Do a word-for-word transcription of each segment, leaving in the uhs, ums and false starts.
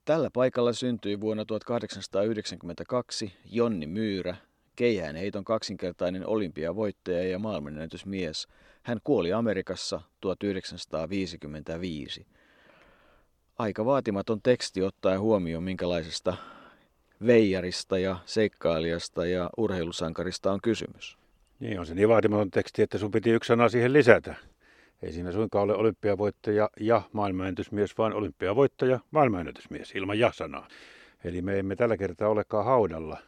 Tällä paikalla syntyi vuonna tuhatkahdeksansataayhdeksänkymmentäkaksi Jonni Myyrä, keihäänheiton kaksinkertainen olympiavoittaja ja maailmanennätysmies. Hän kuoli Amerikassa tuhatyhdeksänsataaviisikymmentäviisi. Aika vaatimaton teksti ottaen huomioon, minkälaisesta veijarista ja seikkailijasta ja urheilusankarista on kysymys. Niin on se niin vaatimaton teksti, että sun piti yksi sana siihen lisätä. Ei siinä suinkaan ole olympiavoittaja ja maailmanennätysmies, vaan olympiavoittaja, maailmanennätysmies ilman ja-sanaa. Eli me emme tällä kertaa olekaan haudalla.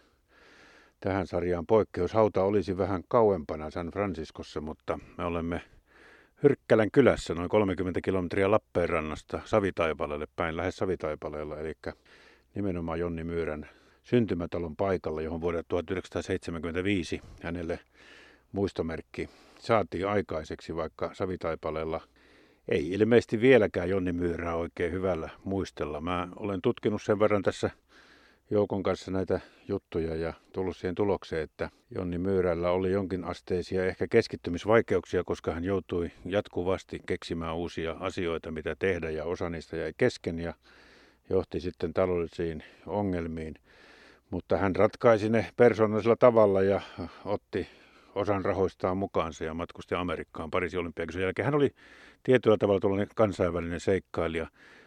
Tähän sarjaan poikkeushauta olisi vähän kauempana San Franciscossa, mutta me olemme Hyrkkälän kylässä noin kolmekymmentä kilometriä Lappeenrannasta Savitaipaleelle päin, lähes Savitaipaleella, eli nimenomaan Jonni Myyrän syntymätalon paikalla, johon vuonna tuhatyhdeksänsataaseitsemänkymmentäviisi hänelle muistomerkki saatiin aikaiseksi, vaikka Savitaipaleella ei ilmeisesti vieläkään Jonni Myyrää oikein hyvällä muistella. Mä olen tutkinut sen verran tässä joukon kanssa näitä juttuja ja tullut siihen tulokseen, että Jonni Myyrällä oli jonkinasteisia ehkä keskittymisvaikeuksia, koska hän joutui jatkuvasti keksimään uusia asioita, mitä tehdä, ja osa niistä jäi kesken ja johti sitten taloudellisiin ongelmiin. Mutta hän ratkaisi ne persoonallisella tavalla ja otti osan rahoistaan mukaansa ja matkusti Amerikkaan Pariisin olympiakisojen jälkeen. Hän oli tietyllä tavalla tuollainen kansainvälinen seikkailija,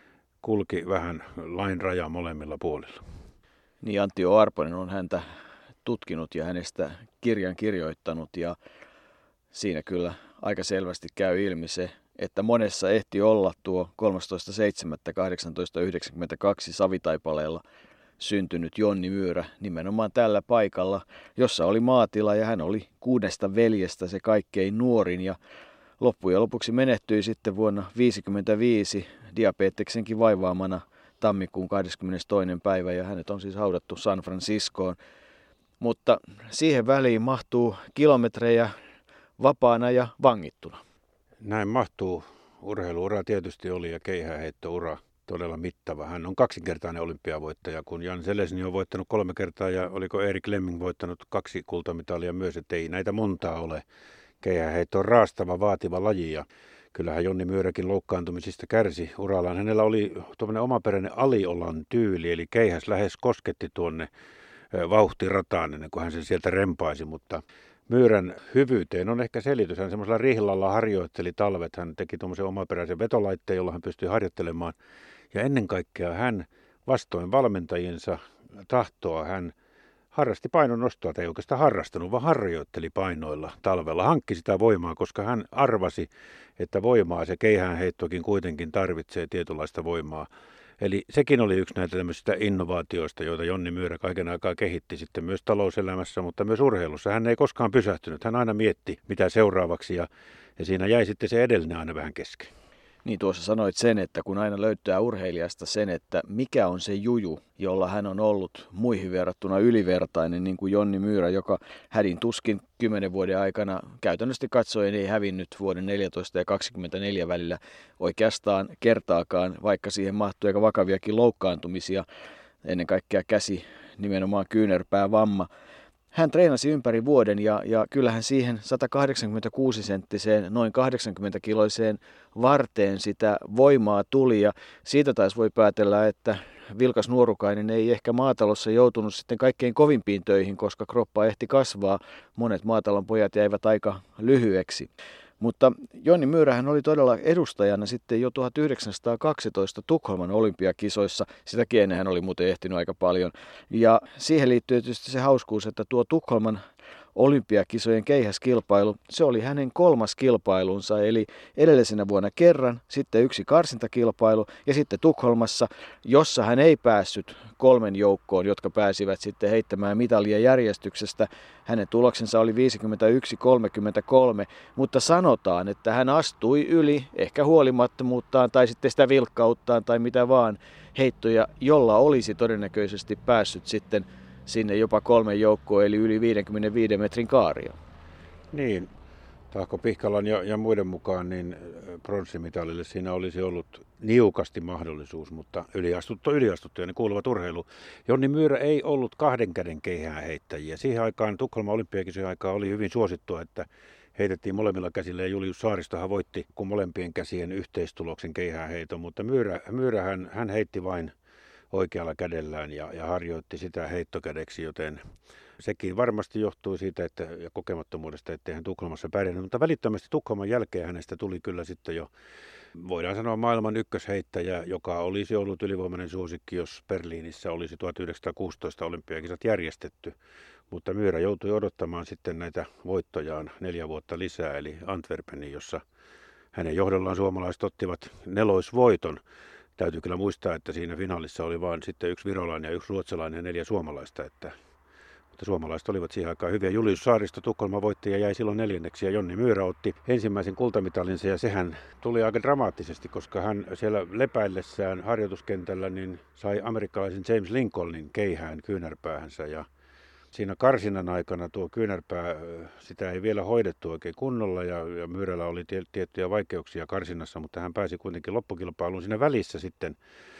kulki vähän lain rajaa molemmilla puolilla. Niin, Antti O. Arponen on häntä tutkinut ja hänestä kirjan kirjoittanut, ja siinä kyllä aika selvästi käy ilmi se, että monessa ehti olla tuo kolmastoista seitsemättä tuhatyhdeksänsataayhdeksänkymmentäkaksi Savitaipaleella syntynyt Jonni Myyrä nimenomaan tällä paikalla, jossa oli maatila, ja hän oli kuudesta veljestä se kaikkein nuorin, ja loppujen lopuksi menehtyi sitten vuonna tuhatyhdeksänsataaviisikymmentäviisi diabeteksenkin vaivaamana tammikuun kahdeskymmenestoinen päivä, ja hänet on siis haudattu San Franciscoon. Mutta siihen väliin mahtuu kilometrejä vapaana ja vangittuna. Näin mahtuu. Urheiluura tietysti oli ja keihäänheittoura todella mittava. Hän on kaksinkertainen olympiavoittaja, kun Jan Selesny on voittanut kolme kertaa ja oliko Erik Lemming voittanut kaksi kultamitalia myös, että ei näitä montaa ole. Keihäänheitto on raastava, vaativa laji ja kyllähän Jonni Myyräkin loukkaantumisista kärsi urallaan. Hänellä oli tuommoinen omaperäinen aliolan tyyli, eli keihäs lähes kosketti tuonne vauhtirataan ennen kuin hän sen sieltä rempaisi, mutta Myyrän hyvyyteen on ehkä selitys. Hän semmoisella rihlalla harjoitteli talvet, hän teki tuommoisen omaperäisen vetolaitteen, jolla hän pystyi harjoittelemaan. Ja ennen kaikkea hän vastoin valmentajiensa tahtoa, hän harrasti painonnostoa, tai ei oikeastaan harrastanut, vaan harjoitteli painoilla talvella. Hankki sitä voimaa, koska hän arvasi, että voimaa se keihäänheittokin kuitenkin tarvitsee tietynlaista voimaa. Eli sekin oli yksi näitä tämmöisistä innovaatioista, joita Jonni Myyrä kaiken aikaa kehitti sitten myös talouselämässä, mutta myös urheilussa. Hän ei koskaan pysähtynyt. Hän aina mietti, mitä seuraavaksi, ja, ja siinä jäi sitten se edellinen aina vähän kesken. Niin, tuossa sanoit sen, että kun aina löytää urheilijasta sen, että mikä on se juju, jolla hän on ollut muihin verrattuna ylivertainen, niin kuin Jonni Myyrä, joka hädin tuskin kymmenen vuoden aikana käytännössä katsoen ei hävinnyt vuoden neljätoista ja kaksikymmentäneljä välillä oikeastaan kertaakaan, vaikka siihen mahtui aika vakaviakin loukkaantumisia, ennen kaikkea käsi, nimenomaan kyynärpäävamma. Hän treenasi ympäri vuoden ja, ja kyllähän siihen sata kahdeksankymmentäkuusi senttiseen, noin kahdeksankymmentä kiloiseen varteen sitä voimaa tuli, ja siitä taas voi päätellä, että vilkas nuorukainen ei ehkä maatalossa joutunut sitten kaikkein kovimpiin töihin, koska kroppa ehti kasvaa. Monet maatalon pojat jäivät aika lyhyeksi. Mutta Jonni Myyrähän oli todella edustajana sitten jo tuhatyhdeksänsataakaksitoista Tukholman olympiakisoissa. Sitäkin ennen hän oli muuten ehtinyt aika paljon. Ja siihen liittyy tietysti se hauskuus, että tuo Tukholman olympiakisojen keihäskilpailu, se oli hänen kolmas kilpailunsa, eli edellisenä vuonna kerran, sitten yksi karsintakilpailu ja sitten Tukholmassa, jossa hän ei päässyt kolmen joukkoon, jotka pääsivät sitten heittämään mitalia järjestyksestä. Hänen tuloksensa oli viisikymmentäyksi kolmekymmentäkolme, mutta sanotaan, että hän astui yli ehkä huolimattomuuttaan tai sitten sitä vilkkauttaan tai mitä vaan heittoja, jolla olisi todennäköisesti päässyt sitten sinne jopa kolme joukkoa, eli yli viisikymmentäviisi metrin kaaria. Niin, Tahko Pihkalan ja, ja muiden mukaan niin pronssimitalille siinä olisi ollut niukasti mahdollisuus, mutta yliastuttu yliastuttu ja ne kuuluvat urheiluun. Jonni Myyrä ei ollut kahden käden keihäänheittäjiä. Siihen aikaan Tukholman olympiakisojen aikaa oli hyvin suosittua, että heitettiin molemmilla käsillä ja Julius Saaristohan voitti kun molempien käsien yhteistuloksen keihäänheiton, mutta Myyrä, Myyrä hän, hän heitti vain oikealla kädellään ja, ja harjoitti sitä heittokädeksi, joten sekin varmasti johtui siitä että, ja kokemattomuudesta, ettei hän Tukholmassa pärjännyt, mutta välittömästi Tukholman jälkeen hänestä tuli kyllä sitten jo, voidaan sanoa maailman ykkösheittäjä, joka olisi ollut ylivoimainen suosikki, jos Berliinissä olisi tuhatyhdeksänsataakuusitoista olympiakisat järjestetty. Mutta Myyrä joutui odottamaan sitten näitä voittojaan neljä vuotta lisää, eli Antwerpeniin, jossa hänen johdollaan suomalaiset ottivat neloisvoiton. Täytyy kyllä muistaa, että siinä finaalissa oli vain sitten yksi virolainen ja yksi ruotsalainen ja neljä suomalaista. Että, mutta suomalaiset olivat siihen aikaan hyviä. Julius Saaristo, Tukholman voittaja, jäi silloin neljänneksi ja Jonni Myyrä otti ensimmäisen kultamitalinsa. Ja sehän tuli aika dramaattisesti, koska hän siellä lepäillessään harjoituskentällä niin sai amerikkalaisen James Lincolnin keihään kyynärpäähänsä. Ja siinä karsinnan aikana tuo kyynärpää, sitä ei vielä hoidettu oikein kunnolla ja, ja Myyrällä oli tie, tiettyjä vaikeuksia karsinnassa, mutta hän pääsi kuitenkin loppukilpailuun siinä välissä sitten.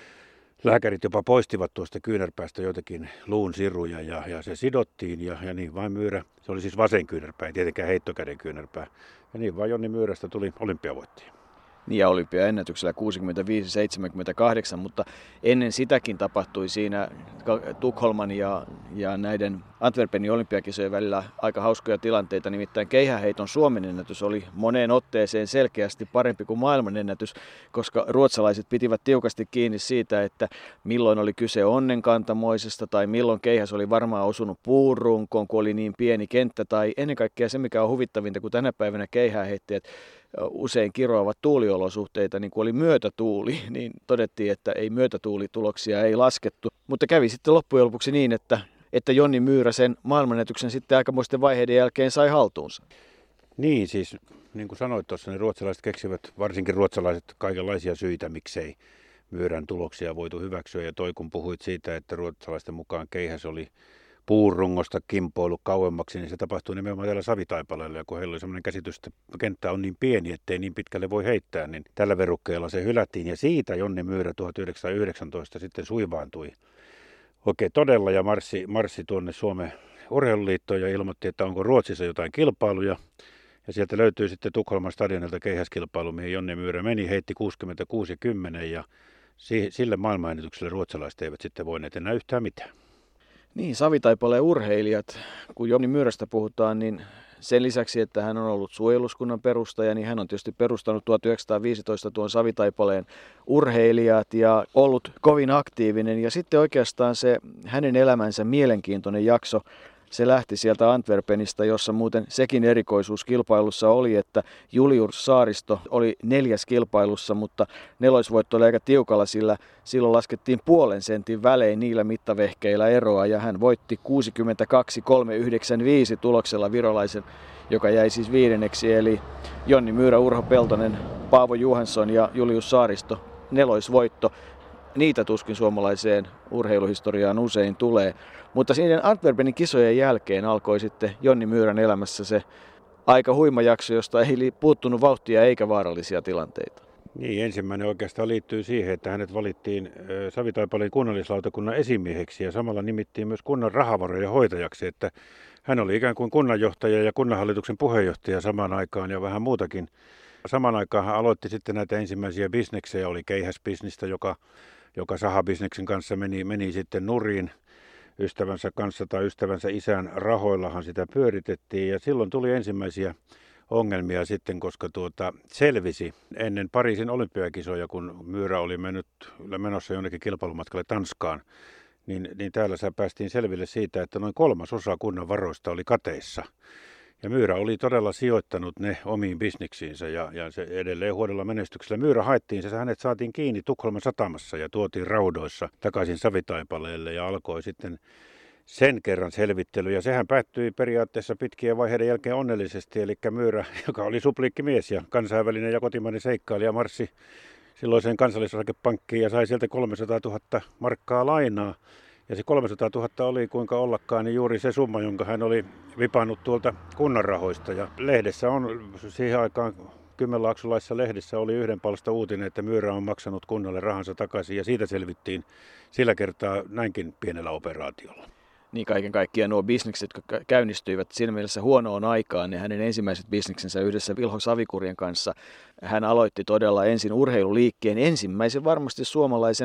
Lääkärit jopa poistivat tuosta kyynärpäästä joitakin luun siruja ja, ja se sidottiin ja, ja niin vain Myyrä, se oli siis vasen kyynärpää, ei tietenkään heittokäden kyynärpää. Ja niin vain Jonni Myyrästä tuli olympiavoittaja. Niin ja olympiaennätyksellä kuusikymmentäviisi seitsemänkymmentäkahdeksan, mutta ennen sitäkin tapahtui siinä Tukholman ja, ja näiden Antwerpenin olympiakisojen välillä aika hauskoja tilanteita. Nimittäin keihäheiton Suomen ennätys oli moneen otteeseen selkeästi parempi kuin maailmanennätys, koska ruotsalaiset pitivät tiukasti kiinni siitä, että milloin oli kyse onnenkantamoisesta tai milloin keihäs oli varmaan osunut puurunkoon, kun oli niin pieni kenttä. Tai ennen kaikkea se, mikä on huvittavinta, kun tänä päivänä keihäheittäjät usein kiroavat tuuliolosuhteita, niin kuin oli myötätuuli, niin todettiin, että ei myötätuulituloksia ei laskettu. Mutta kävi sitten loppujen lopuksi niin, että, että Jonni Myyrä sen maailmanennätyksen sitten aikamoisten vaiheiden jälkeen sai haltuunsa. Niin siis, niin kuin sanoit tuossa, niin ruotsalaiset keksivät, varsinkin ruotsalaiset, kaikenlaisia syitä, miksei Myyrän tuloksia voitu hyväksyä. Ja toi kun puhuit siitä, että ruotsalaisten mukaan keihäs oli puurungosta kimpoilu kauemmaksi, niin se tapahtui nimenomaan täällä Savitaipaleella. Ja kun heillä oli sellainen käsitys, että kenttä on niin pieni, ettei niin pitkälle voi heittää, niin tällä verukkeella se hylättiin. Ja siitä Jonni Myyrä tuhatyhdeksänsataayhdeksäntoista sitten suivaantui oikein todella ja marssi, marssi tuonne Suomen urheiluliittoon ja ilmoitti, että onko Ruotsissa jotain kilpailuja. Ja sieltä löytyi sitten Tukholman stadionilta keihäskilpailu, mihin Jonni Myyrä meni, heitti kuusikymmentäkuusi kymmenen ja sille maailmanennätykselle ruotsalaiset eivät sitten voineet enää yhtään mitään. Niin, Savitaipaleen urheilijat, kun Jonni Myyrästä puhutaan, niin sen lisäksi, että hän on ollut suojeluskunnan perustaja, niin hän on tietysti perustanut tuhatyhdeksänsataaviisitoista tuon Savitaipaleen urheilijat ja ollut kovin aktiivinen. Ja sitten oikeastaan se hänen elämänsä mielenkiintoinen jakso, se lähti sieltä Antwerpenista, jossa muuten sekin erikoisuus kilpailussa oli, että Julius Saaristo oli neljäs kilpailussa, mutta neloisvoitto oli aika tiukalla, sillä silloin laskettiin puolen sentin välein niillä mittavehkeillä eroa, ja hän voitti kuusikymmentäkaksi kolme yhdeksänkymmentäviisi tuloksella virolaisen, joka jäi siis viidenneksi, eli Jonni Myyrä, Urho Peltonen, Paavo Johansson ja Julius Saaristo, neloisvoitto. Niitä tuskin suomalaiseen urheiluhistoriaan usein tulee. Mutta siinä Antwerpenin kisojen jälkeen alkoi sitten Jonni Myyrän elämässä se aika huima jakso, josta ei puuttunut vauhtia eikä vaarallisia tilanteita. Niin, ensimmäinen oikeastaan liittyy siihen, että hänet valittiin Savitaipaleen kunnallislautakunnan esimieheksi ja samalla nimittiin myös kunnan rahavarojen hoitajaksi, että hän oli ikään kuin kunnanjohtaja ja kunnanhallituksen puheenjohtaja samaan aikaan ja vähän muutakin. Samaan aikaan hän aloitti sitten näitä ensimmäisiä bisneksejä, oli keihäsbisnistä, joka, joka sahabisneksen kanssa meni, meni sitten nurin ystävänsä kanssa tai ystävänsä isän rahoillahan sitä pyöritettiin ja silloin tuli ensimmäisiä ongelmia sitten, koska tuota, selvisi ennen Pariisin olympiakisoja, kun Myyrä oli mennyt, menossa jonnekin kilpailumatkalle Tanskaan, niin, niin täällä päästiin selville siitä, että noin kolmasosa kunnan varoista oli kateissa. Ja Myyrä oli todella sijoittanut ne omiin bisneksiinsä ja, ja se edelleen huonolla menestyksellä. Myyrä haettiin, se hänet saatiin kiinni Tukholman satamassa ja tuotiin raudoissa takaisin Savitaipaleelle ja alkoi sitten sen kerran selvittely. Ja sehän päättyi periaatteessa pitkien vaiheiden jälkeen onnellisesti, eli Myyrä, joka oli supliikkimies ja kansainvälinen ja kotimainen seikkailija, marssi silloiseen kansallisrakepankkiin ja sai sieltä kolmesataatuhatta markkaa lainaa. Ja se kolmesataatuhatta oli kuinka ollakaan niin juuri se summa, jonka hän oli vipannut tuolta kunnan rahoista. Ja lehdessä on siihen aikaan Kymenlaaksolaisessa lehdessä oli yhden palsta uutinen, että Myyrä on maksanut kunnalle rahansa takaisin ja siitä selvittiin sillä kertaa näinkin pienellä operaatiolla. Niin kaiken kaikkiaan nuo bisnekset, jotka käynnistyivät siinä mielessä huonoon aikaan, ne hänen ensimmäiset bisneksensä yhdessä Vilho Savikurien kanssa. Hän aloitti todella ensin urheiluliikkeen, ensimmäisen varmasti suomalaisen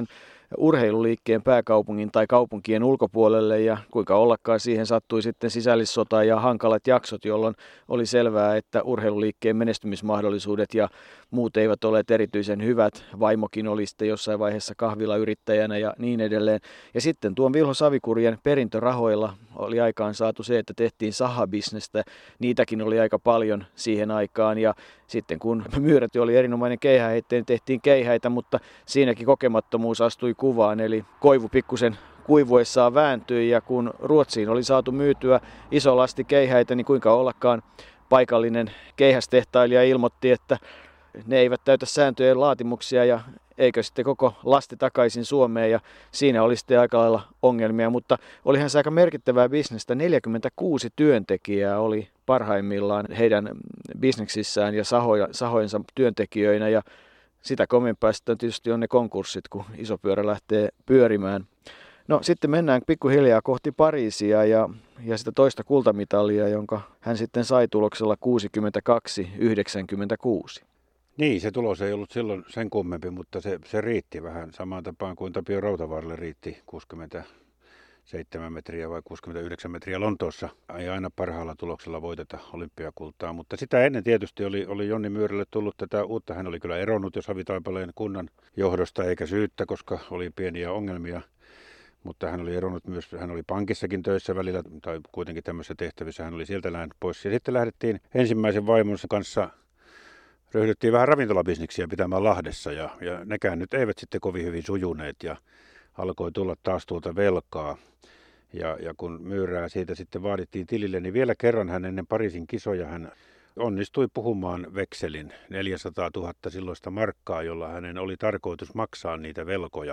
urheiluliikkeen pääkaupungin tai kaupunkien ulkopuolelle ja kuinka ollakaan siihen sattui sitten sisällissota ja hankalat jaksot, jolloin oli selvää, että urheiluliikkeen menestymismahdollisuudet ja muut eivät ole erityisen hyvät. Vaimokin oli sitten jossain vaiheessa kahvilayrittäjänä ja niin edelleen. Ja sitten tuon Vilho Savikurjen perintörahoilla oli aikaan saatu se, että tehtiin sahabisnestä. Niitäkin oli aika paljon siihen aikaan ja sitten kun Myyräti oli erinomainen keihäheittäjä, tehtiin keihäitä, mutta siinäkin kokemattomuus astui kuvaan, eli koivu pikkusen kuivuessaan vääntyi ja kun Ruotsiin oli saatu myytyä iso lasti keihäitä, niin kuinka ollakaan paikallinen keihästehtailija ilmoitti, että ne eivät täytä sääntöjen laatimuksia ja eikö sitten koko lasti takaisin Suomeen ja siinä oli sitten aika lailla ongelmia, mutta olihan se aika merkittävää bisnestä. neljäkymmentäkuusi työntekijää oli parhaimmillaan heidän bisneksissään ja sahoja, sahojensa työntekijöinä ja sitä komempaa sitten tietysti on ne konkurssit, kun iso pyörä lähtee pyörimään. No sitten mennään pikkuhiljaa kohti Pariisia ja, ja sitä toista kultamitalia, jonka hän sitten sai tuloksella kuusikymmentäkaksi yhdeksänkymmentäkuusi. Niin, se tulos ei ollut silloin sen kummempi, mutta se, se riitti vähän samaan tapaan kuin Tapio Rautavaaralle riitti kuusikymmentäseitsemän metriä vai kuusikymmentäyhdeksän metriä Lontoossa. Ei aina parhaalla tuloksella voiteta olympiakultaa, mutta sitä ennen tietysti oli, oli Jonni Myyrälle tullut tätä uutta. Hän oli kyllä eronnut jo Savitaipaleen kunnan johdosta eikä syyttä, koska oli pieniä ongelmia. Mutta hän oli eronnut myös, hän oli pankissakin töissä välillä, tai kuitenkin tämmöisissä tehtävissä, hän oli sieltä lähtenyt pois. Ja sitten lähdettiin ensimmäisen vaimonsa kanssa, ryhdyttiin vähän ravintolabisniksiä pitämään Lahdessa, ja, ja nekään nyt eivät sitten kovin hyvin sujuneet, ja alkoi tulla taas tuolta velkaa. Ja, ja kun Myyrää siitä sitten vaadittiin tilille, niin vielä kerran hän ennen Pariisin kisoja hän onnistui puhumaan vekselin neljäsataatuhatta silloista markkaa, jolla hänen oli tarkoitus maksaa niitä velkoja,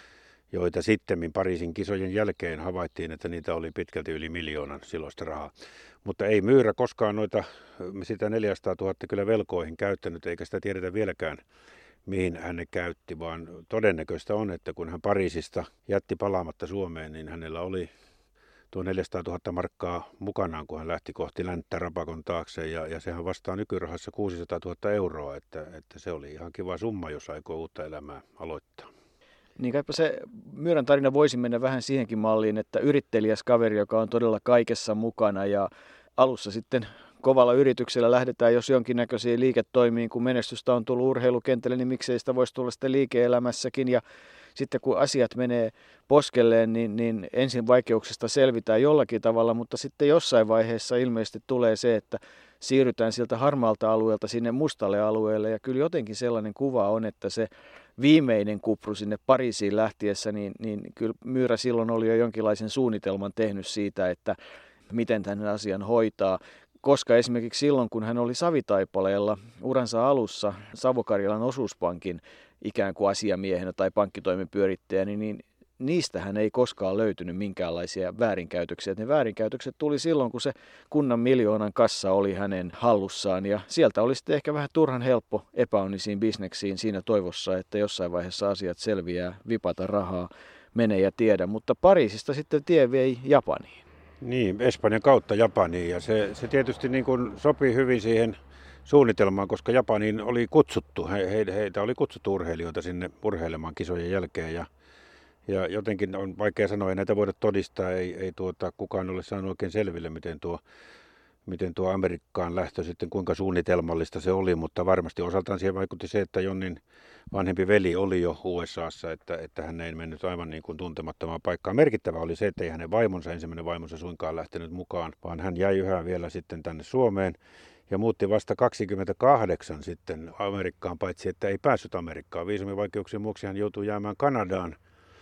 joita sitten Pariisin kisojen jälkeen havaittiin, että niitä oli pitkälti yli miljoonan silloista rahaa. Mutta ei Myyrä koskaan noita sitä neljäsataatuhatta kyllä velkoihin käyttänyt, eikä sitä tiedetä vieläkään, mihin hän ne käytti, vaan todennäköistä on, että kun hän Pariisista jätti palaamatta Suomeen, niin hänellä oli tuo neljäsataatuhatta markkaa mukanaan, kun hän lähti kohti länttä Rapakon taakse, ja, ja sehän vastaa nykyrahassa kuusisataatuhatta euroa, että, että se oli ihan kiva summa, jos aikoo uutta elämää aloittaa. Niin kaipa se Myyrän tarina voisi mennä vähän siihenkin malliin, että yrittelijäs kaveri, joka on todella kaikessa mukana ja alussa sitten kovalla yrityksellä lähdetään, jos jonkinnäköisiin liiketoimiin, kun menestystä on tullut urheilukentälle, niin miksei sitä voisi tulla sitten liike-elämässäkin ja sitten kun asiat menee poskelleen, niin, niin ensin vaikeuksista selvitään jollakin tavalla, mutta sitten jossain vaiheessa ilmeisesti tulee se, että siirrytään sieltä harmaalta alueelta sinne mustalle alueelle ja kyllä jotenkin sellainen kuva on, että se viimeinen kupru sinne Pariisiin lähtiessä, niin, niin kyllä Myyrä silloin oli jo jonkinlaisen suunnitelman tehnyt siitä, että miten tämän asian hoitaa. Koska esimerkiksi silloin, kun hän oli Savitaipaleella uransa alussa Savo-Karjalan osuuspankin ikään kuin asiamiehenä tai pankkitoimen pyörittäjänä, niin niistähän ei koskaan löytynyt minkäänlaisia väärinkäytöksiä. Ne väärinkäytökset tuli silloin, kun se kunnan miljoonan kassa oli hänen hallussaan ja sieltä oli sitten ehkä vähän turhan helppo epäonnisiin bisneksiin siinä toivossa, että jossain vaiheessa asiat selviää, vipata rahaa, mene ja tiedä. Mutta Pariisista sitten tie vei Japaniin. Niin, Espanjan kautta Japaniin ja se, se tietysti niin kuin sopii hyvin siihen suunnitelmaan, koska Japaniin oli kutsuttu, he, he, heitä oli kutsuttu urheilijoita sinne urheilemaan kisojen jälkeen ja, ja jotenkin on vaikea sanoa, ei näitä voida todistaa, ei, ei tuota, kukaan ole saanut oikein selville, miten tuo, miten tuo Amerikkaan lähtö sitten, kuinka suunnitelmallista se oli, mutta varmasti osaltaan siihen vaikutti se, että Jonnin vanhempi veli oli jo U S A:ssa, että, että hän ei mennyt aivan niin kuin tuntemattomaan paikkaan. Merkittävä oli se, että ei hänen vaimonsa, ensimmäinen vaimonsa suinkaan lähtenyt mukaan, vaan hän jäi yhä vielä sitten tänne Suomeen ja muutti vasta kaksikymmentäkahdeksan sitten Amerikkaan, paitsi että ei päässyt Amerikkaan. Viisumivaikeuksien vuoksi hän joutui jäämään Kanadaan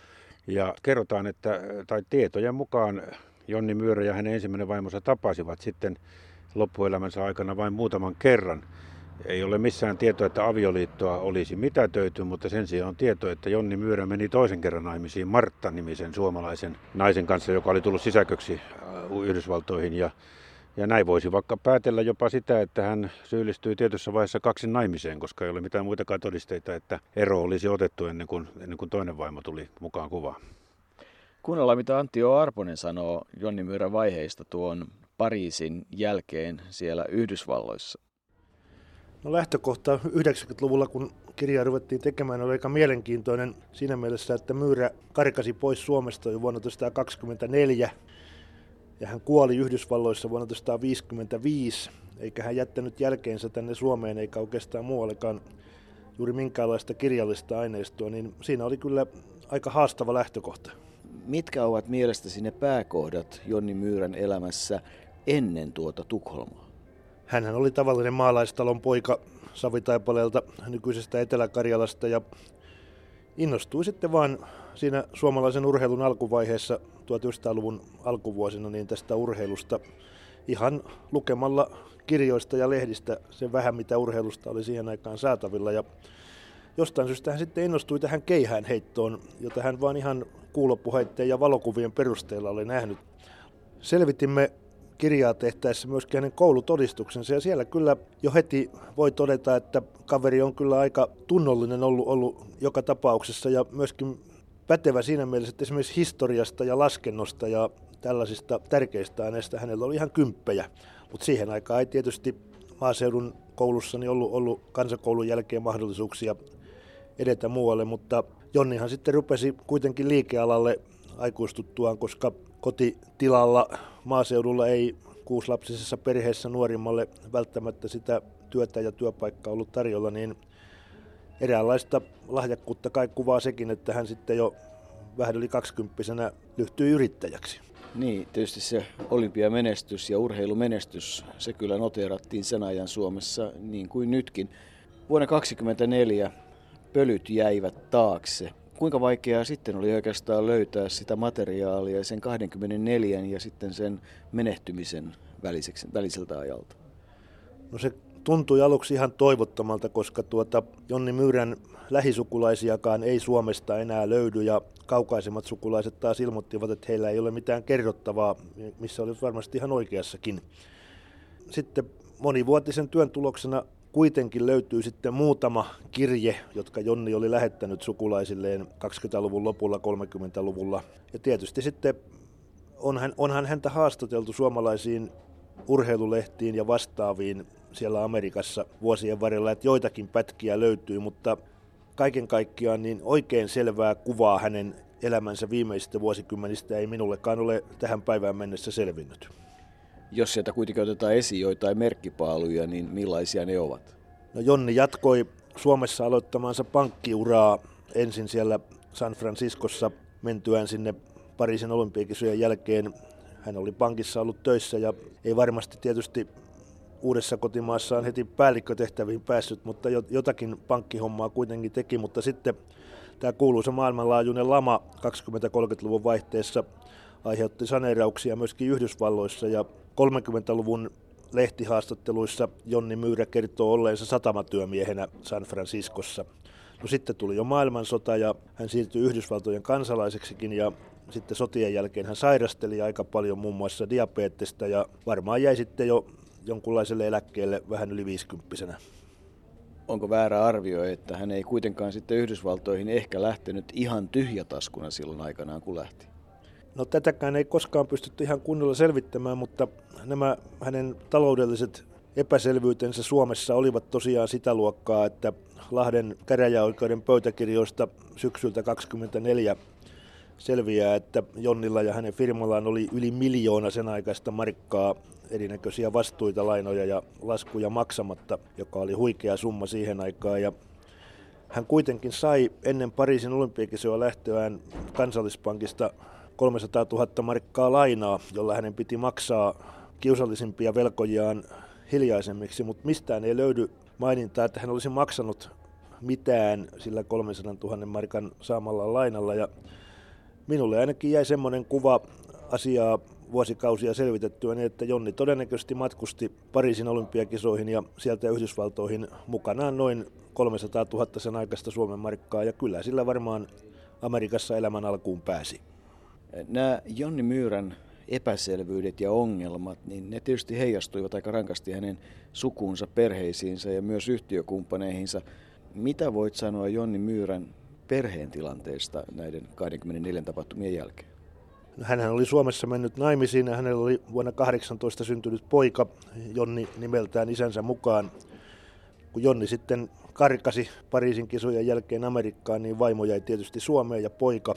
ja kerrotaan, että, tai tietojen mukaan Jonni Myyrä ja hänen ensimmäinen vaimonsa tapasivat sitten loppuelämänsä aikana vain muutaman kerran. Ei ole missään tietoa, että avioliittoa olisi mitätöity, mutta sen sijaan on tieto, että Jonni Myyrä meni toisen kerran naimisiin Martta-nimisen suomalaisen naisen kanssa, joka oli tullut sisäköksi Yhdysvaltoihin. Ja, ja näin voisi vaikka päätellä jopa sitä, että hän syyllistyi tietyssä vaiheessa kaksin naimiseen, koska ei ole mitään muitakaan todisteita, että ero olisi otettu ennen kuin, ennen kuin toinen vaimo tuli mukaan kuvaan. Kuunnellaan, mitä Antti O. Arponen sanoo Jonni Myyrän vaiheista tuon Pariisin jälkeen siellä Yhdysvalloissa. No lähtökohta yhdeksänkymmentäluvulla, kun kirjaa ruvettiin tekemään, oli aika mielenkiintoinen siinä mielessä, että Myyrä karkasi pois Suomesta jo vuonna tuhatyhdeksänsataakaksikymmentäneljä ja hän kuoli Yhdysvalloissa vuonna tuhatyhdeksänsataaviisikymmentäviisi, eikä hän jättänyt jälkeensä tänne Suomeen eikä oikeastaan muuallekaan juuri minkäänlaista kirjallista aineistoa, niin siinä oli kyllä aika haastava lähtökohta. Mitkä ovat mielestäsi ne pääkohdat Jonni Myyrän elämässä ennen tuota Tukholmaa? Hänhän oli tavallinen maalaistalon poika Savitaipaleelta, nykyisestä Etelä-Karjalasta, ja innostui sitten vaan siinä suomalaisen urheilun alkuvaiheessa tuhatyhdeksänsataaluvun alkuvuosina niin tästä urheilusta ihan lukemalla kirjoista ja lehdistä sen vähän, mitä urheilusta oli siihen aikaan saatavilla. Ja jostain syystä hän sitten innostui tähän keihäänheittoon, jota hän vaan ihan kuulopuheitteen ja valokuvien perusteella oli nähnyt. Selvitimme kirjaa tehtäessä myöskin hänen koulutodistuksensa, ja siellä kyllä jo heti voi todeta, että kaveri on kyllä aika tunnollinen ollut, ollut joka tapauksessa ja myöskin pätevä siinä mielessä, että esimerkiksi historiasta ja laskennosta ja tällaisista tärkeistä aineista hänellä oli ihan kymppejä, mutta siihen aikaan ei tietysti maaseudun koulussani ollut, ollut kansakoulun jälkeen mahdollisuuksia edetä muualle, mutta Jonnihan sitten rupesi kuitenkin liikealalle aikuistuttuaan, koska kotitilalla maaseudulla ei kuusilapsisessa perheessä nuorimmalle välttämättä sitä työtä ja työpaikkaa ollut tarjolla, niin eräänlaista lahjakkuutta kai kuvaa sekin, että hän sitten jo vähän yli kaksikymppisenä ryhtyi yrittäjäksi. Niin, tietysti se olympiamenestys ja urheilumenestys, se kyllä noteerattiin sen ajan Suomessa niin kuin nytkin. Vuonna tuhatyhdeksänsataakaksikymmentäneljä pölyt jäivät taakse. Kuinka vaikeaa sitten oli oikeastaan löytää sitä materiaalia sen kaksikymmentäneljä ja sitten sen menehtymisen väliseksi, väliseltä ajalta? No se tuntui aluksi ihan toivottomalta, koska tuota Jonni Myyrän lähisukulaisiakaan ei Suomesta enää löydy ja kaukaisemmat sukulaiset taas ilmoittivat, että heillä ei ole mitään kerrottavaa, missä oli varmasti ihan oikeassakin. Sitten monivuotisen työn tuloksena kuitenkin löytyy sitten muutama kirje, jotka Jonni oli lähettänyt sukulaisilleen kaksikymmentäluvun lopulla, kolmekymmentäluvulla. Ja tietysti sitten onhan, onhan häntä haastateltu suomalaisiin urheilulehtiin ja vastaaviin siellä Amerikassa vuosien varrella, että joitakin pätkiä löytyy, mutta kaiken kaikkiaan niin oikein selvää kuvaa hänen elämänsä viimeisistä vuosikymmenistä ei minullekaan ole tähän päivään mennessä selvinnyt. Jos sieltä kuitenkin otetaan esiin joitain merkkipaaluja, niin millaisia ne ovat? No Jonni jatkoi Suomessa aloittamaansa pankkiuraa ensin siellä San Franciscossa mentyään sinne Pariisin olympiakisojen jälkeen. Hän oli pankissa ollut töissä ja ei varmasti tietysti uudessa kotimaassaan heti päällikkötehtäviin päässyt, mutta jotakin pankkihommaa kuitenkin teki, mutta sitten tämä kuuluisa maailmanlaajuinen lama kaksikymmentä-kolmekymmentäluvun vaihteessa aiheutti saneerauksia myöskin Yhdysvalloissa ja kolmekymmentäluvun lehtihaastatteluissa Jonni Myyrä kertoo olleensa satamatyömiehenä San Franciscossa. No sitten tuli jo maailmansota ja hän siirtyi Yhdysvaltojen kansalaiseksikin ja sitten sotien jälkeen hän sairasteli aika paljon muun muassa diabeettista ja varmaan jäi sitten jo jonkunlaiselle eläkkeelle vähän yli viisikymppisenä. Onko väärä arvio, että hän ei kuitenkaan sitten Yhdysvaltoihin ehkä lähtenyt ihan tyhjätaskuna silloin aikanaan, kun lähti? No tätäkään ei koskaan pystytty ihan kunnolla selvittämään, mutta nämä hänen taloudelliset epäselvyytensä Suomessa olivat tosiaan sitä luokkaa, että Lahden käräjäoikeuden pöytäkirjoista syksyltä kaksikymmentäneljä selviää, että Jonnilla ja hänen firmallaan oli yli miljoona sen aikaista markkaa erinäköisiä vastuita, lainoja ja laskuja maksamatta, joka oli huikea summa siihen aikaan. Ja hän kuitenkin sai ennen Pariisin olympiakisoja lähtöään Kansallispankista kolmesataatuhatta markkaa lainaa, jolla hänen piti maksaa kiusallisimpia velkojiaan hiljaisemmiksi, mutta mistään ei löydy mainintaa, että hän olisi maksanut mitään sillä kolmensadantuhannen markan saamalla lainalla. Ja minulle ainakin jäi semmoinen kuva asiaa vuosikausia selvitettyä, niin että Jonni todennäköisesti matkusti Pariisin olympiakisoihin ja sieltä Yhdysvaltoihin mukanaan noin kolmesataatuhatta sen aikaista Suomen markkaa, ja kyllä sillä varmaan Amerikassa elämän alkuun pääsi. Nämä Jonni Myyrän epäselvyydet ja ongelmat, niin ne tietysti heijastuivat aika rankasti hänen sukuunsa, perheisiinsä ja myös yhtiökumppaneihinsa. Mitä voit sanoa Jonni Myyrän perheen tilanteesta näiden kaksikymmentäneljä tapahtumien jälkeen? No, hänhän oli Suomessa mennyt naimisiin ja hänellä oli vuonna kahdeksantoista syntynyt poika, Jonni nimeltään isänsä mukaan. kun Jonni sitten karkasi Pariisin kisojen jälkeen Amerikkaan, niin vaimo jäi tietysti Suomeen ja poika.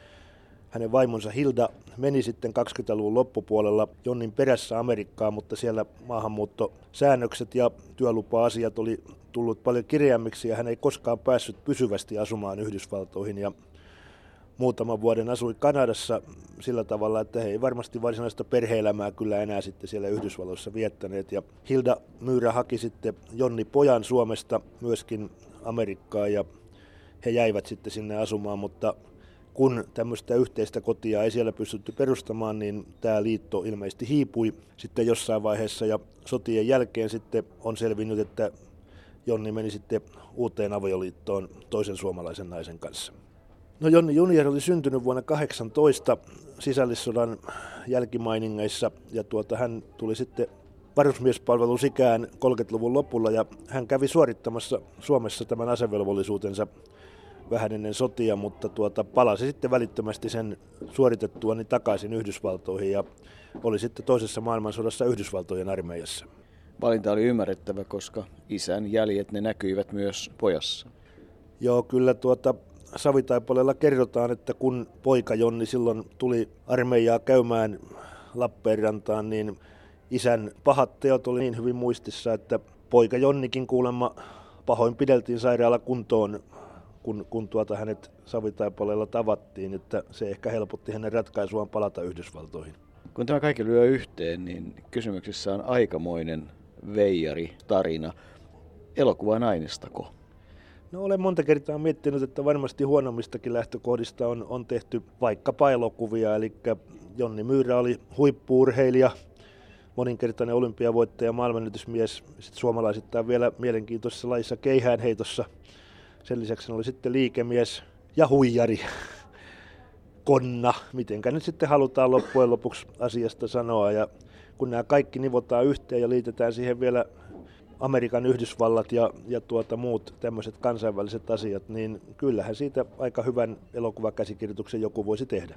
Hänen vaimonsa Hilda meni sitten kaksikymmentäluvun loppupuolella Jonnin perässä Amerikkaan, mutta siellä maahanmuuttosäännökset ja työlupa-asiat oli tullut paljon kireämmiksi ja hän ei koskaan päässyt pysyvästi asumaan Yhdysvaltoihin. Ja muutaman vuoden asui Kanadassa sillä tavalla, että he ei varmasti varsinaista perhe-elämää kyllä enää sitten siellä Yhdysvalloissa viettäneet. Ja Hilda Myyrä haki sitten Jonni pojan Suomesta myöskin Amerikkaan ja he jäivät sitten sinne asumaan, mutta kun tämmöistä yhteistä kotia ei siellä pystytty perustamaan, niin tämä liitto ilmeisesti hiipui sitten jossain vaiheessa ja sotien jälkeen sitten on selvinnyt, että Jonni meni sitten uuteen avioliittoon toisen suomalaisen naisen kanssa. No Jonni Junior oli syntynyt vuonna kahdeksantoista sisällissodan jälkimainingeissa ja tuota, hän tuli sitten varusmiespalvelusikään kolmekymmentäluvun lopulla ja hän kävi suorittamassa Suomessa tämän asevelvollisuutensa vähän ennen sotia, mutta tuota, palasi sitten välittömästi sen suoritettuani takaisin Yhdysvaltoihin ja oli sitten toisessa maailmansodassa Yhdysvaltojen armeijassa. Valinta oli ymmärrettävä, koska isän jäljet ne näkyivät myös pojassa. Joo, kyllä tuota Savitaipaleella kerrotaan, että kun poika Jonni silloin tuli armeijaa käymään Lappeenrantaan, niin isän pahat teot oli niin hyvin muistissa, että poika Jonnikin kuulemma pahoinpideltiin sairaalakuntoon, kun, kun tuota hänet Savitaipaleella tavattiin, että se ehkä helpotti hänen ratkaisuaan palata Yhdysvaltoihin. Kun tämä kaikki lyö yhteen, niin kysymyksessä on aikamoinen veijari tarina. Elokuvan ainestako? No olen monta kertaa miettinyt, että varmasti huonommistakin lähtökohdista on, on tehty vaikkapa elokuvia, eli Jonni Myyrä oli huippu-urheilija, moninkertainen olympiavoittaja, maailmanennätysmies, sitten suomalaisittain vielä mielenkiintoisessa lajissa keihäänheitossa. Sen lisäksi hän oli sitten liikemies ja huijari, konna, mitenkä nyt sitten halutaan loppujen lopuksi asiasta sanoa. Ja kun nämä kaikki nivotaan yhteen ja liitetään siihen vielä Amerikan Yhdysvallat ja, ja tuota muut tämmöiset kansainväliset asiat, niin kyllähän siitä aika hyvän elokuvakäsikirjoituksen joku voisi tehdä.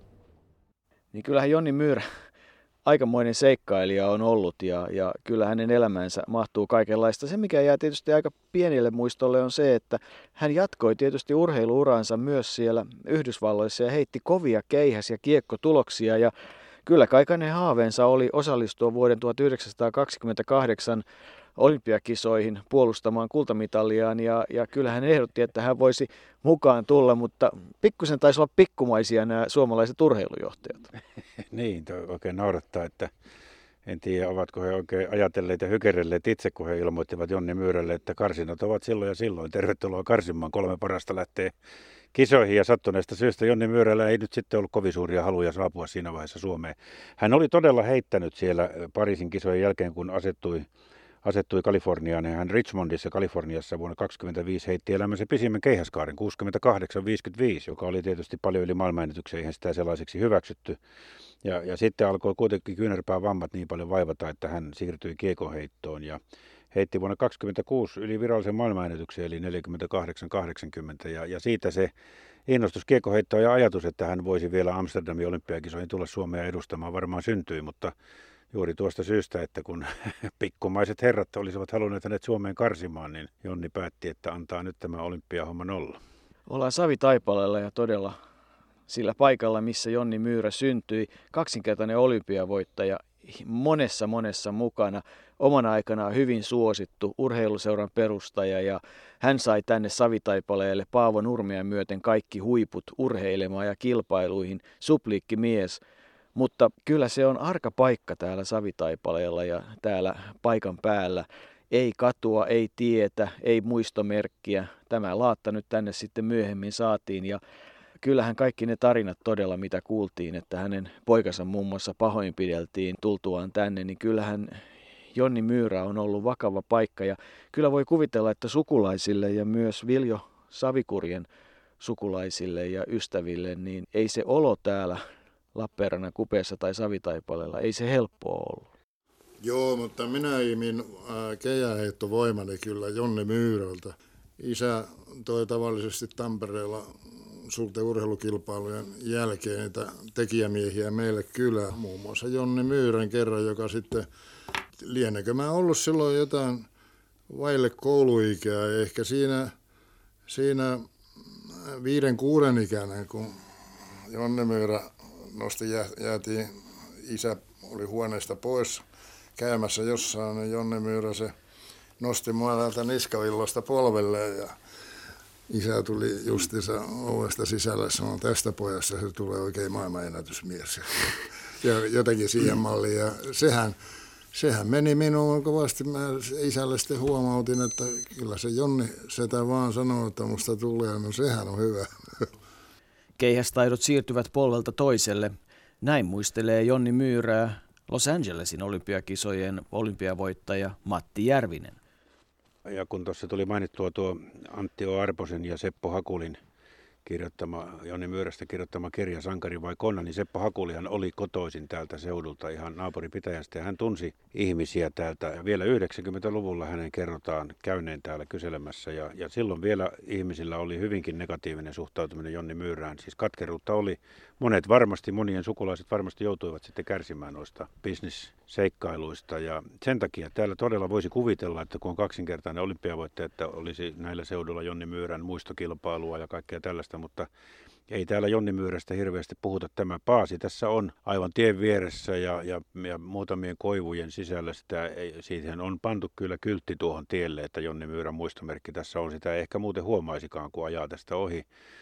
Niin kyllähän Jonni Myyrä aikamoinen seikkailija on ollut ja, ja kyllä hänen elämänsä mahtuu kaikenlaista. Se, mikä jää tietysti aika pienille muistolle, on se, että hän jatkoi tietysti urheiluuransa myös siellä Yhdysvalloissa ja heitti kovia keihäs- ja kiekkotuloksia. Ja kyllä kaikainen haaveensa oli osallistua vuoden tuhatyhdeksänsataakaksikymmentäkahdeksan olympiakisoihin puolustamaan kultamitaliaan ja, ja kyllä hän ehdotti, että hän voisi mukaan tulla, mutta pikkusen taisi olla pikkumaisia nämä suomalaiset urheilujohtajat. Niin, toi oikein naurattaa, että en tiedä, ovatko he oikein ajatelleet ja hykerelleet itse, kun he ilmoittivat Jonni Myyrälle, että karsinat ovat silloin ja silloin. Tervetuloa karsimaan, kolme parasta lähtee kisoihin ja sattuneesta syystä Jonni Myyrällä ei nyt sitten ollut kovin suuria haluja saapua siinä vaiheessa Suomeen. Hän oli todella heittänyt siellä Pariisin kisojen jälkeen, kun asettui asettui Kaliforniaan ja hän Richmondissa Kaliforniassa vuonna kaksikymmentäviisi heitti elämänsä pisimmän keihäskaaren kuusikymmentäkahdeksan viisikymmentäviisi, joka oli tietysti paljon yli maailmanennätyksen, eihän sitä sellaiseksi hyväksytty. Ja, ja sitten alkoi kuitenkin kyynärpään vammat niin paljon vaivata, että hän siirtyi kiekonheittoon ja heitti vuonna kaksikymmentäkuusi yli virallisen maailmanennätyksen eli neljäkymmentäkahdeksan kahdeksankymmentä ja, ja siitä se innostus kiekonheittoon ja ajatus, että hän voisi vielä Amsterdamin olympiakisoihin tulla Suomea edustamaan varmaan syntyi, mutta juuri tuosta syystä, että kun pikkumaiset herrat olisivat halunneet hänet Suomeen karsimaan, niin Jonni päätti, että antaa nyt tämä olympiahomman olla. Ollaan Savitaipaleella ja todella sillä paikalla, missä Jonni Myyrä syntyi. Kaksinkertainen olympiavoittaja, monessa monessa mukana. Omana aikanaan hyvin suosittu urheiluseuran perustaja ja hän sai tänne Savitaipaleelle Paavo Nurmea myöten kaikki huiput urheilemaan ja kilpailuihin. Supliikkimies. Mutta kyllä se on arka paikka täällä Savitaipaleella ja täällä paikan päällä. Ei katua, ei tietä, ei muistomerkkiä. Tämä laatta nyt tänne sitten myöhemmin saatiin ja kyllähän kaikki ne tarinat todella, mitä kuultiin, että hänen poikansa muun muassa pahoinpideltiin tultuaan tänne, niin kyllähän Jonni Myyrä on ollut vakava paikka ja kyllä voi kuvitella, että sukulaisille ja myös Viljo Savikurjen sukulaisille ja ystäville, niin ei se olo täällä Lappeenrannan kupeessa tai Savitaipaleella, ei se helppoa ollut. Joo, mutta minä imin äh, keihäänheittovoimani kyllä Jonni Myyrältä. Isä toi tavallisesti Tampereella suurten urheilukilpailujen jälkeen niitä tekijämiehiä meille kylään. Muun muassa Jonni Myyrän kerran, joka sitten, lienekö mä ollut silloin jotain vaille kouluikää. Ehkä siinä, siinä viiden kuuden ikäinen, kun Jonne Myyrä nosti, jää, jäätiin, isä oli huoneesta pois käymässä jossain, niin Jonne Myyrä se nosti mua täältä niskavillosta polvelleen ja isä tuli justiinsa ovesta sisälle ja sanoi, tästä pojasta se tulee oikein maailmanennätysmies. Ja jotenkin siihen malliin. Ja sehän, sehän meni minuun kovasti. Mä isälle sitten huomautin, että kyllä se Jonni setä vaan sanoo, että musta tulee. No sehän on hyvä. Keihästaidot siirtyvät polvelta toiselle. Näin muistelee Jonni Myyrää Los Angelesin olympiakisojen olympiavoittaja Matti Järvinen. Ja kun tuossa tuli mainittua tuo Antti O. Arposen ja Seppo Hakulin kirjoittama, Jonni Myyrästä kirjoittama kirja Sankari vai konna, niin Seppo Hakulihan oli kotoisin täältä seudulta ihan naapuripitäjästä ja hän tunsi ihmisiä täältä. Ja vielä yhdeksänkymmentäluvulla hänen kerrotaan käyneen täällä kyselemässä ja, ja silloin vielä ihmisillä oli hyvinkin negatiivinen suhtautuminen Jonni Myyrään. Siis katkeruutta oli. Monet varmasti, monien sukulaiset varmasti joutuivat sitten kärsimään noista bisnisseikkailuista ja sen takia täällä todella voisi kuvitella, että kun on kaksinkertainen olympiavoittaja, että olisi näillä seudulla Jonni Myyrän muistokilpailua ja kaikkea tällaista, mutta ei täällä Jonni Myyrästä hirveästi puhuta. Tämä paasi tässä on aivan tien vieressä ja, ja, ja muutamien koivujen sisällä. Sitä ei, siitähän on pantu kyllä kyltti tuohon tielle, että Jonni Myyrän muistomerkki tässä on. Sitä ei ehkä muuten huomaisikaan, kun ajaa tästä ohi.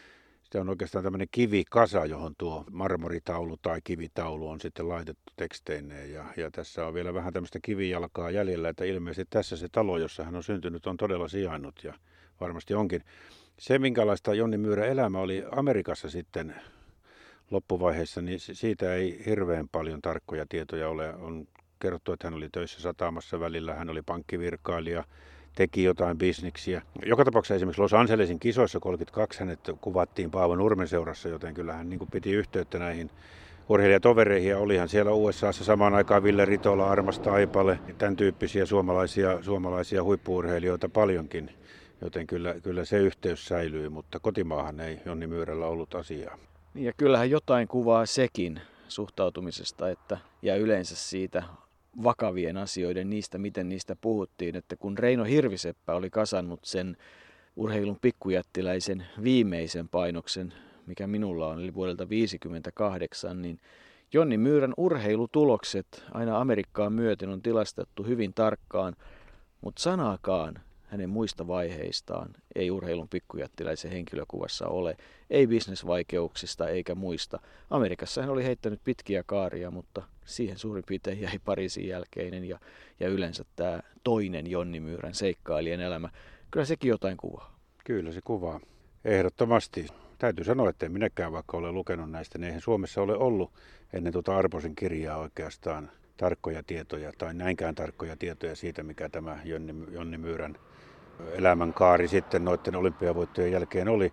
Se on oikeastaan tämmöinen kivikasa, johon tuo marmoritaulu tai kivitaulu on sitten laitettu teksteineen. Ja, ja tässä on vielä vähän tämmöistä kivijalkaa jäljellä, että ilmeisesti tässä se talo, jossa hän on syntynyt, on todella sijainnut ja varmasti onkin. Se, minkälaista Jonni Myyrän elämä oli Amerikassa sitten loppuvaiheessa, niin siitä ei hirveän paljon tarkkoja tietoja ole. On kerrottu, että hän oli töissä satamassa välillä, hän oli pankkivirkailija, teki jotain bisniksiä. Joka tapauksessa esimerkiksi Los Angelesin kisoissa kolmekymmentäkaksi hänet kuvattiin Paavo Nurmen seurassa, joten kyllä hän niin kuin piti yhteyttä näihin urheilijatovereihin ja olihan siellä U S A:ssa samaan aikaan Ville Ritola, Armas Taipale, tämän tyyppisiä suomalaisia, suomalaisia huippu-urheilijoita paljonkin. Joten kyllä, kyllä se yhteys säilyy, mutta kotimaahan ei Jonni Myyrällä ollut asiaa. Ja kyllähän jotain kuvaa sekin suhtautumisesta että, ja yleensä siitä vakavien asioiden, niistä miten niistä puhuttiin, että kun Reino Hirviseppä oli kasannut sen urheilun pikkujättiläisen viimeisen painoksen, mikä minulla on, eli vuodelta viisikymmentäkahdeksan, niin Jonni Myyrän urheilutulokset aina Amerikkaan myöten on tilastettu hyvin tarkkaan, mutta sanaakaan hänen muista vaiheistaan ei urheilun pikkujättiläisen henkilökuvassa ole, ei bisnesvaikeuksista eikä muista. Amerikassa hän oli heittänyt pitkiä kaaria, mutta siihen suurin piirtein jäi Pariisin jälkeinen ja, ja yleensä tämä toinen Jonni Myyrän seikkailijan elämä. Kyllä sekin jotain kuvaa. Kyllä se kuvaa. Ehdottomasti. Täytyy sanoa, että en minäkään vaikka ole lukenut näistä, niin eihän Suomessa ole ollut ennen tuota Arposen kirjaa oikeastaan tarkkoja tietoja tai näinkään tarkkoja tietoja siitä, mikä tämä Jonni, Jonni Myyrän elämänkaari sitten noiden olympiavoittojen jälkeen oli.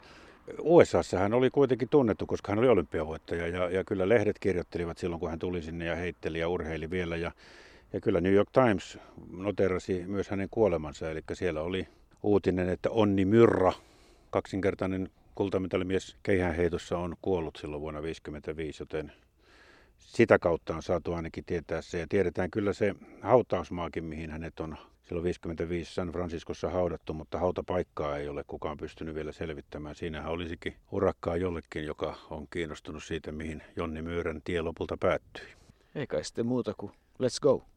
U S A:ssa hän oli kuitenkin tunnettu, koska hän oli olympiavoittaja ja, ja kyllä lehdet kirjoittelivat silloin, kun hän tuli sinne ja heitteli ja urheili vielä. Ja, ja kyllä New York Times noterasi myös hänen kuolemansa, eli siellä oli uutinen, että Onni Myrra, kaksinkertainen kultamitalimies keihäänheitossa, on kuollut silloin vuonna tuhatyhdeksänsataaviisikymmentäviisi, joten sitä kautta on saatu ainakin tietää se. Ja tiedetään kyllä se hautausmaakin, mihin hänet on silloin viisikymmentäviisi San Franciscossa haudattu, mutta hautapaikkaa ei ole kukaan pystynyt vielä selvittämään. Siinähän olisikin urakkaa jollekin, joka on kiinnostunut siitä, mihin Jonni Myyrän tie lopulta päättyi. Eikä sitten muuta kuin let's go.